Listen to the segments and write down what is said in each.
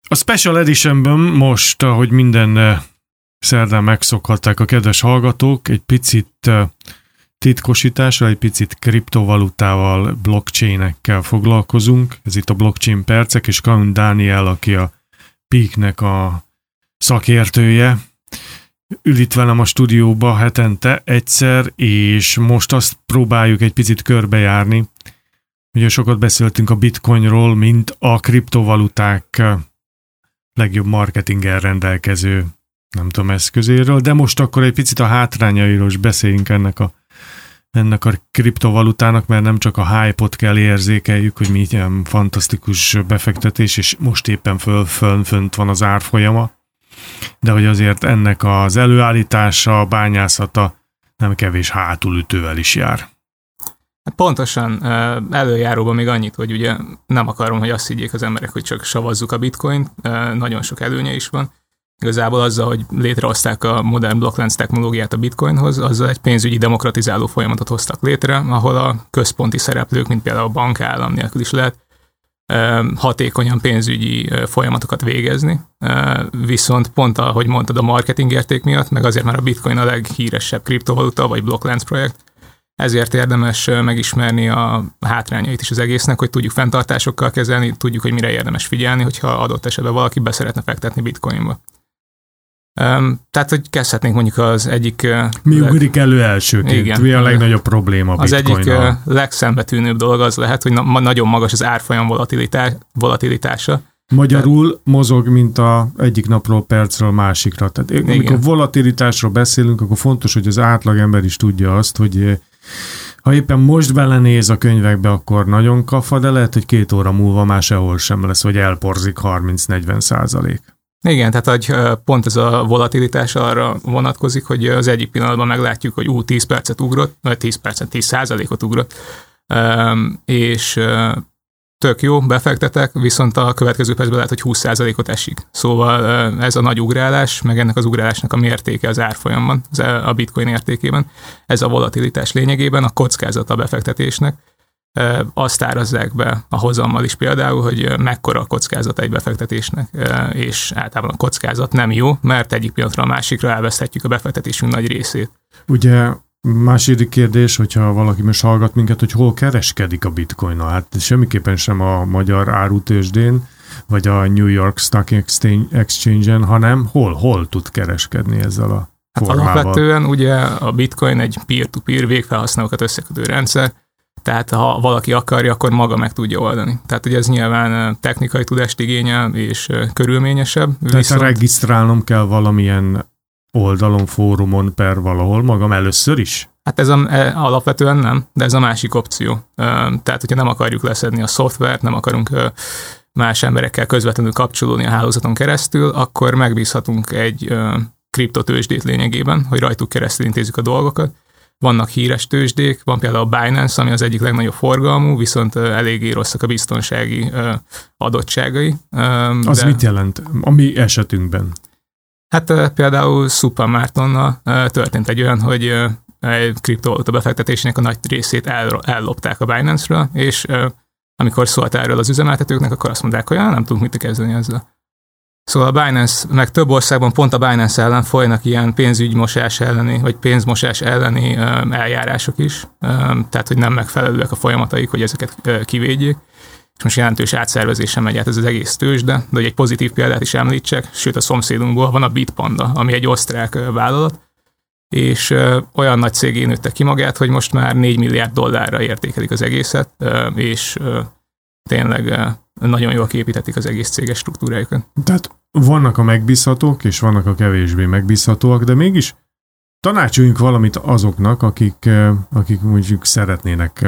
A Special Editionben most, ahogy minden szerdán megszokhatták a kedves hallgatók, egy picit titkosítással, egy picit kriptovalutával, blockchainekkel foglalkozunk. Ez itt a Blockchain Percek, és Kaun Dániel, aki a Peaknek a szakértője, ül itt velem a stúdióba hetente egyszer, és most azt próbáljuk egy picit körbejárni. Ugye sokat beszéltünk a bitcoinról, mint a kriptovaluták legjobb marketinggel rendelkező, nem tudom, eszközéről, de most akkor egy picit a hátrányairól is beszéljünk ennek a kriptovalutának, mert nem csak a hype-ot kell érzékeljük, hogy milyen fantasztikus befektetés, és most éppen fönt van az árfolyama, de hogy azért ennek az előállítása, a bányászata nem kevés hátulütővel is jár. Pontosan, előjáróban még annyit, hogy ugye nem akarom, hogy azt higgyék az emberek, hogy csak savazzuk a bitcoint, nagyon sok előnye is van. Igazából azzal, hogy létrehozták a modern blokklánc technológiát a bitcoinhoz, azzal egy pénzügyi demokratizáló folyamatot hoztak létre, ahol a központi szereplők, mint például a bankállam nélkül is lehet hatékonyan pénzügyi folyamatokat végezni. Viszont pont ahogy mondtad, a marketing érték miatt, meg azért már a bitcoin a leghíresebb kriptovaluta vagy blokklánc projekt, ezért érdemes megismerni a hátrányait is az egésznek, hogy tudjuk fenntartásokkal kezelni, tudjuk, hogy mire érdemes figyelni, hogyha adott esetben valaki beszeretne fektetni bitcoinba. Tehát, hogy kezdhetnénk mondjuk az egyik... Mi ugrik elő elsőként? Igen, mi a legnagyobb probléma a az bitcoinnal? egyik legszembetűnőbb dolog az lehet, hogy nagyon magas az árfolyam volatilitása. Magyarul mozog, mint egyik napról percről másikra. Tehát amikor volatilitásról beszélünk, akkor fontos, hogy az átlagember is tudja azt, hogy ha éppen most belenéz a könyvekbe, akkor nagyon kafa, de lehet, hogy 2 óra múlva már sehol sem lesz, vagy elporzik 30-40%. Igen, tehát hogy pont ez a volatilitás arra vonatkozik, hogy az egyik pillanatban meglátjuk, hogy 10 percet ugrott, vagy 10%-ot ugrott, és tök jó, befektetek, viszont a következő percben lehet, hogy 20%-ot esik. Szóval ez a nagy ugrálás, meg ennek az ugrálásnak a mértéke az árfolyamban, a bitcoin értékében, ez a volatilitás lényegében a kockázata a befektetésnek. Azt árazzák be a hozammal is például, hogy mekkora a kockázata egy befektetésnek, és általában a kockázat nem jó, mert egyik pillanatra a másikra elveszthetjük a befektetésünk nagy részét. Ugye második kérdés, hogyha valaki most hallgat minket, hogy hol kereskedik a bitcoin-nal? Hát semmiképpen sem a magyar árutőzsdén, vagy a New York Stock Exchange-en, hanem hol tud kereskedni ezzel a formával? Hát alapvetően ugye a bitcoin egy peer-to-peer végfelhasználókat összekötő rendszer, tehát ha valaki akarja, akkor maga meg tudja oldani. Tehát ugye ez nyilván technikai tudást igényel, és körülményesebb. Tehát regisztrálnom kell valamilyen oldalon, fórumon, per valahol magam először is? Hát ez alapvetően nem, de ez a másik opció. Tehát, hogyha nem akarjuk leszedni a szoftvert, nem akarunk más emberekkel közvetlenül kapcsolódni a hálózaton keresztül, akkor megbízhatunk egy kriptotőzsdét lényegében, hogy rajtuk keresztül intézzük a dolgokat. Vannak híres tőzsdék, van például a Binance, ami az egyik legnagyobb forgalmú, viszont eléggé rosszak a biztonsági adottságai. Az mit jelent a mi esetünkben? Hát például Supermartonnal történt egy olyan, hogy egy kriptovaluta befektetésének a nagy részét ellopták a Binance-ről, és amikor szólt erről az üzemeltetőknek, akkor azt mondták, hogy nem tudunk mit kezdeni ezzel. Szóval a Binance, meg több országban pont a Binance ellen folynak ilyen pénzügymosás elleni, vagy pénzmosás elleni eljárások is, tehát hogy nem megfelelőek a folyamataik, hogy ezeket kivédjék. És most jelentős átszervezésen megy át ez az egész tőzsde, de hogy egy pozitív példát is említsek, sőt a szomszédunkból van a Bitpanda, ami egy osztrák vállalat, és olyan nagy cégé nőtte ki magát, hogy most már 4 milliárd dollárra értékelik az egészet, és tényleg nagyon jól képítették az egész céges struktúrájukat. Tehát vannak a megbízhatók, és vannak a kevésbé megbízhatóak, de mégis tanácsoljunk valamit azoknak, akik mondjuk szeretnének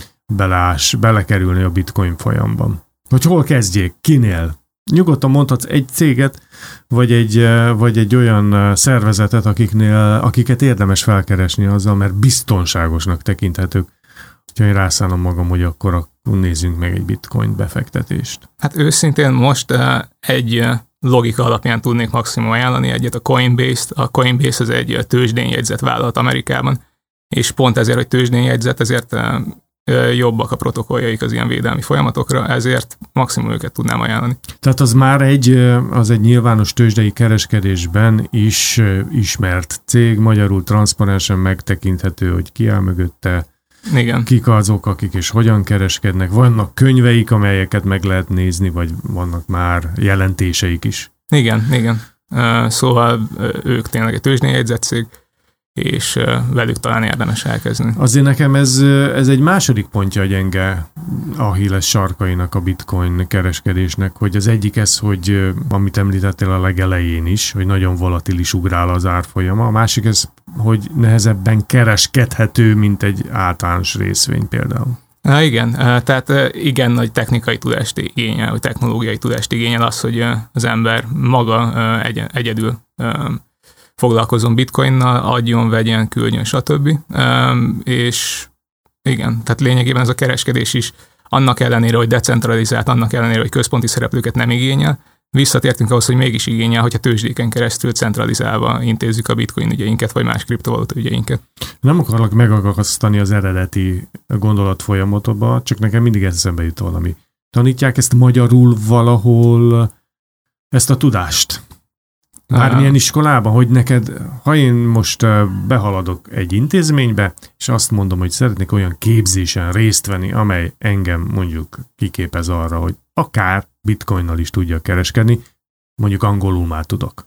belekerülni a bitcoin folyamban. Hogy hol kezdjék, kinél? Nyugodtan mondhatsz egy céget, vagy egy olyan szervezetet, akiket érdemes felkeresni azzal, mert biztonságosnak tekinthetők. Ha én rászállom magam, hogy akkor nézzünk meg egy bitcoin befektetést. Hát őszintén most egy logika alapján tudnék maximum ajánlani egyet, a Coinbase-t. A Coinbase az egy tőzsdén jegyzett vállalat Amerikában, és pont ezért, hogy tőzsdén jegyzett, ezért jobbak a protokolljaik az ilyen védelmi folyamatokra, ezért maximum őket tudnám ajánlani. Tehát az már egy nyilvános tőzsdei kereskedésben is ismert cég, magyarul transzparensen megtekinthető, hogy ki áll mögötte, igen. Kik azok, akik és hogyan kereskednek. Vannak könyveik, amelyeket meg lehet nézni, vagy vannak már jelentéseik is. Igen. Szóval ők tényleg egy tőzsdei jegyzett cég, és velük talán érdemes elkezdeni. Azért nekem ez egy második pontja a gyenge Achilles sarkainak a bitcoin kereskedésnek, hogy az egyik ez, hogy amit említettél a legelején is, hogy nagyon volatilis ugrál az árfolyama, a másik ez, hogy nehezebben kereskedhető, mint egy általános részvény például. Igen, tehát igen nagy technikai tudást igényel, vagy technológiai tudást igényel az, hogy az ember maga egyedül foglalkozom bitcoinnal, adjon, vegyen, küldjön, stb. És igen, tehát lényegében ez a kereskedés is annak ellenére, hogy decentralizált, annak ellenére, hogy központi szereplőket nem igényel, visszatértünk ahhoz, hogy mégis igényel, hogyha tőzsdéken keresztül centralizálva intézzük a bitcoin ügyeinket, vagy más kriptovaluta ügyeinket. Nem akarlak megakasztani az eredeti gondolatfolyamatba, csak nekem mindig eszembe jut valami. Tanítják ezt magyarul valahol, ezt a tudást? Bármilyen iskolában, hogy neked, ha én most behaladok egy intézménybe, és azt mondom, hogy szeretnék olyan képzésen részt venni, amely engem mondjuk kiképez arra, hogy akár bitcoinnal is tudjak kereskedni, mondjuk angolul már tudok.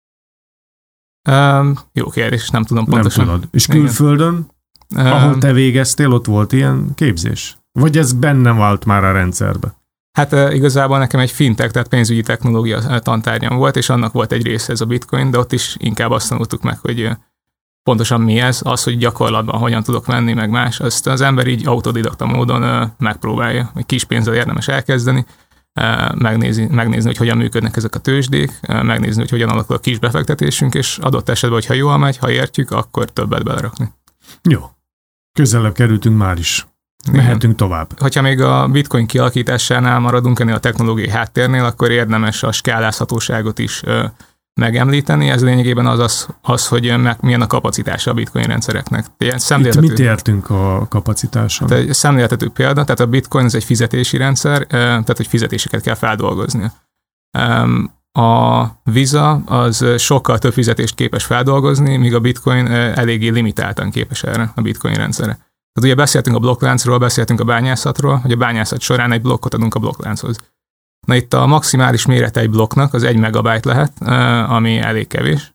Jó kérdés, nem tudom pontosan. Nem tudod. És külföldön, ahol te végeztél, ott volt ilyen képzés? Vagy ez benne volt már a rendszerbe? Hát igazából nekem egy fintech, tehát pénzügyi technológia tantárgyam volt, és annak volt egy része ez a bitcoin, de ott is inkább azt tanultuk meg, hogy pontosan mi ez, az, hogy gyakorlatban hogyan tudok menni, meg más, azt az ember így autodidakta módon megpróbálja, hogy kis pénzzel érdemes elkezdeni, megnézni, hogy hogyan működnek ezek a tőzsdék, megnézni, hogy hogyan alakul a kis befektetésünk, és adott esetben, hogyha jól megy, ha értjük, akkor többet belerakni. Jó. Közelebb kerültünk már is. Mehetünk tovább. Hogyha még a bitcoin kialakításánál maradunk ennél a technológiai háttérnél, akkor érdemes a skálázhatóságot is megemlíteni. Ez lényegében az hogy milyen a kapacitása a bitcoin rendszereknek. Itt mit értünk a kapacitáson? Egy szemléltető példa, tehát a bitcoin ez egy fizetési rendszer, tehát hogy fizetéseket kell feldolgozni. A Visa az sokkal több fizetést képes feldolgozni, míg a bitcoin eléggé limitáltan képes erre a bitcoin rendszerre. Tehát ugye beszéltünk a blokkláncról, beszéltünk a bányászatról, hogy a bányászat során egy blokkot adunk a blokklánchoz. Na itt a maximális mérete egy blokknak az 1 megabyte lehet, ami elég kevés,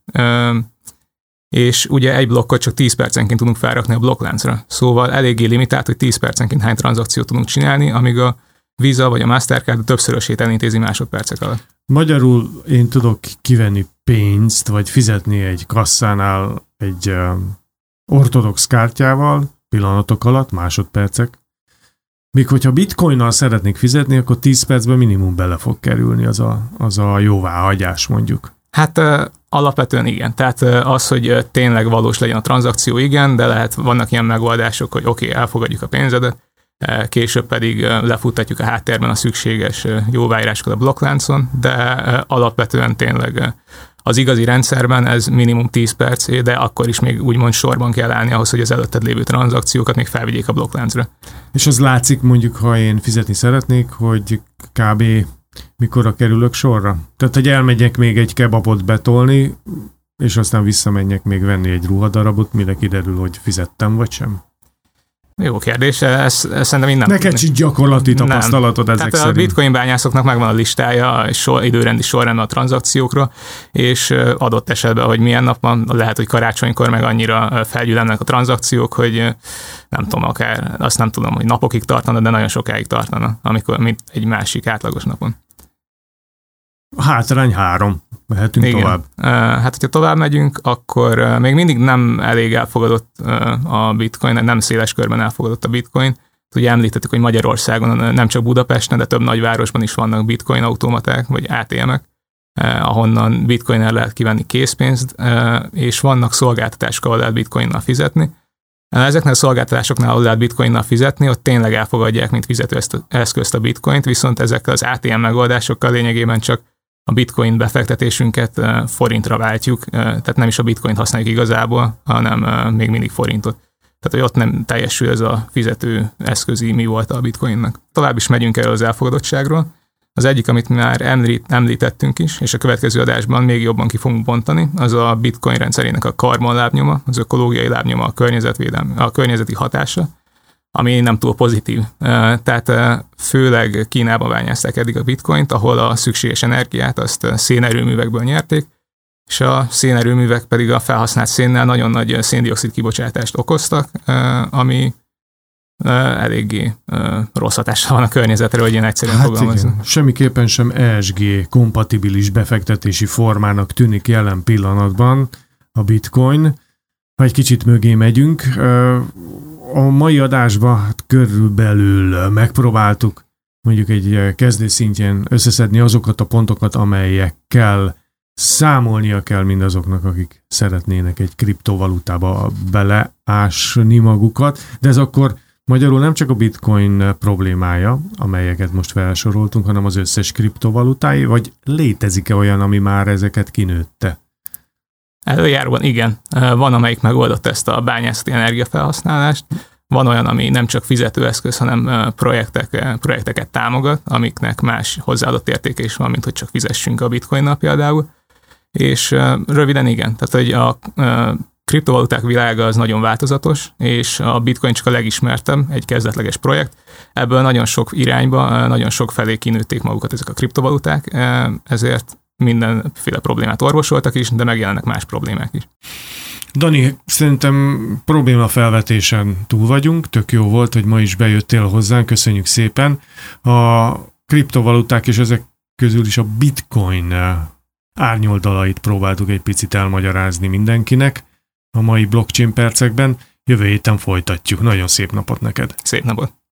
és ugye egy blokkot csak 10 percenként tudunk felrakni a blokkláncra. Szóval eléggé limitált, hogy 10 percenként hány tranzakciót tudunk csinálni, amíg a Visa vagy a Mastercard többszörösét elintézi másodpercek alatt. Magyarul én tudok kivenni pénzt, vagy fizetni egy kasszánál egy ortodox kártyával, pillanatok alatt, másodpercek. Míg hogyha bitcoinnal szeretnék fizetni, akkor 10 percben minimum bele fog kerülni az a jóváhagyás mondjuk. Hát alapvetően igen. Tehát az, hogy tényleg valós legyen a tranzakció, igen, de vannak ilyen megoldások, hogy oké, elfogadjuk a pénzedet, később pedig lefuttatjuk a háttérben a szükséges jóváírásokat a blokkláncon, de alapvetően tényleg az igazi rendszerben ez minimum 10 perc, de akkor is még úgymond sorban kell állni ahhoz, hogy az előtted lévő tranzakciókat még felvigyék a blokkláncra. És az látszik mondjuk, ha én fizetni szeretnék, hogy kb. Mikorra kerülök sorra? Tehát, hogy elmegyek még egy kebabot betolni, és aztán visszamenjek még venni egy ruhadarabot, mire kiderül, hogy fizettem vagy sem? Jó kérdés, ezt szerintem innen... Neked sincs gyakorlati tapasztalatod ezek szerint. szerint. A bitcoin bányászoknak megvan a listája, időrendi sorrendben a tranzakciókra, és adott esetben, hogy milyen nap van, lehet, hogy karácsonykor meg annyira felgyűlemnek a tranzakciók, hogy nem tudom, akár azt nem tudom, hogy napokig tartana, de nagyon sokáig tartana, mint egy másik átlagos napon. Hátrány 3. Mehetünk tovább. Hát, hogyha tovább megyünk, akkor még mindig nem elég elfogadott a bitcoin, nem széles körben elfogadott a bitcoin. Ugye említettük, hogy Magyarországon nem csak Budapesten, de több nagyvárosban is vannak bitcoin automaták, vagy ATM-ek, ahonnan bitcoinnel lehet kivenni készpénzt, és vannak szolgáltatások, ahol lehet bitcoinnal fizetni. Ezeknél a szolgáltatásoknál, ahol lehet bitcoinnal fizetni, ott tényleg elfogadják, mint fizetőeszközt a bitcoint, viszont ezekkel az ATM megoldásokkal lényegében csak a bitcoin befektetésünket forintra váltjuk, tehát nem is a bitcoint használjuk igazából, hanem még mindig forintot. Tehát, hogy ott nem teljesül ez a fizető eszközi mi volt a bitcoinnak. Tovább is megyünk erről az elfogadottságról. Az egyik, amit már említettünk is, és a következő adásban még jobban ki fogunk bontani, az a bitcoin rendszerének a karbonlábnyoma, az ökológiai lábnyoma, a környezeti hatása, ami nem túl pozitív. Tehát főleg Kínában bányázták eddig a bitcoint, ahol a szükséges energiát azt szénerőművekből nyerték, és a szénerőművek pedig a felhasznált szénnel nagyon nagy széndioxid kibocsátást okoztak, ami eléggé rossz hatással van a környezetre, hogy ilyen egyszerűen fogalmazni. Semmiképpen sem ESG kompatibilis befektetési formának tűnik jelen pillanatban a bitcoin. Ha egy kicsit mögé megyünk, a mai adásban körülbelül megpróbáltuk mondjuk egy kezdés szintjén összeszedni azokat a pontokat, amelyekkel számolnia kell mindazoknak, akik szeretnének egy kriptovalutába beleásni magukat, de ez akkor magyarul nem csak a bitcoin problémája, amelyeket most felsoroltunk, hanem az összes kriptovalutái, vagy létezik-e olyan, ami már ezeket kinőtte? Előjáróban igen. Van, amelyik megoldotta ezt a bányászati energiafelhasználást, van olyan, ami nem csak fizetőeszköz, hanem projekteket támogat, amiknek más hozzáadott értéke is van, mint hogy csak fizessünk a bitcoinnal például. És röviden igen, tehát hogy a kriptovaluták világa az nagyon változatos, és a bitcoin csak a legismertebb, egy kezdetleges projekt. Ebből nagyon sok irányba, nagyon sok felé kinőtték magukat ezek a kriptovaluták, ezért mindenféle problémát orvosoltak is, de megjelennek más problémák is. Dani, szerintem problémafelvetésen túl vagyunk, tök jó volt, hogy ma is bejöttél hozzánk, köszönjük szépen. A kriptovaluták és ezek közül is a bitcoin árnyoldalait próbáltuk egy picit elmagyarázni mindenkinek a mai blockchain percekben. Jövő héten folytatjuk. Nagyon szép napot neked! Szép napot!